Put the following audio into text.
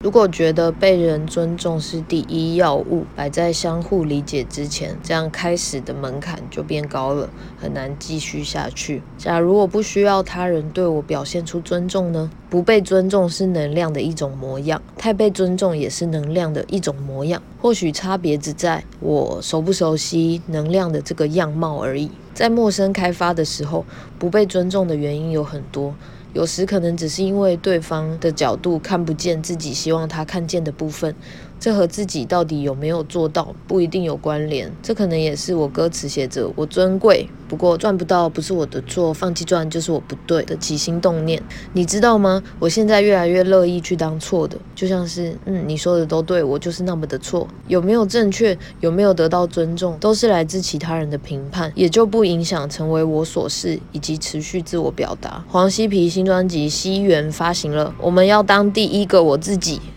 如果觉得被人尊重是第一要务，摆在相互理解之前，这样开始的门槛就变高了，很难继续下去。假如我不需要他人对我表现出尊重呢？不被尊重是能量的一种模样，太被尊重也是能量的一种模样。或许差别只在我熟不熟悉能量的这个样貌而已。在陌生开发的时候，不被尊重的原因有很多。有时可能只是因为对方的角度看不见自己希望他看见的部分，这和自己到底有没有做到不一定有关联。这可能也是我歌词写着我尊贵，不过赚不到不是我的错，放弃赚就是我不对的起心动念。你知道吗？我现在越来越乐意去当错的，就像是你说的都对，我就是那么的错。有没有正确，有没有得到尊重，都是来自其他人的评判，也就不影响成为我所是以及持续自我表达。黄西皮新专辑《西元》发行了，我们要当第一个我自己。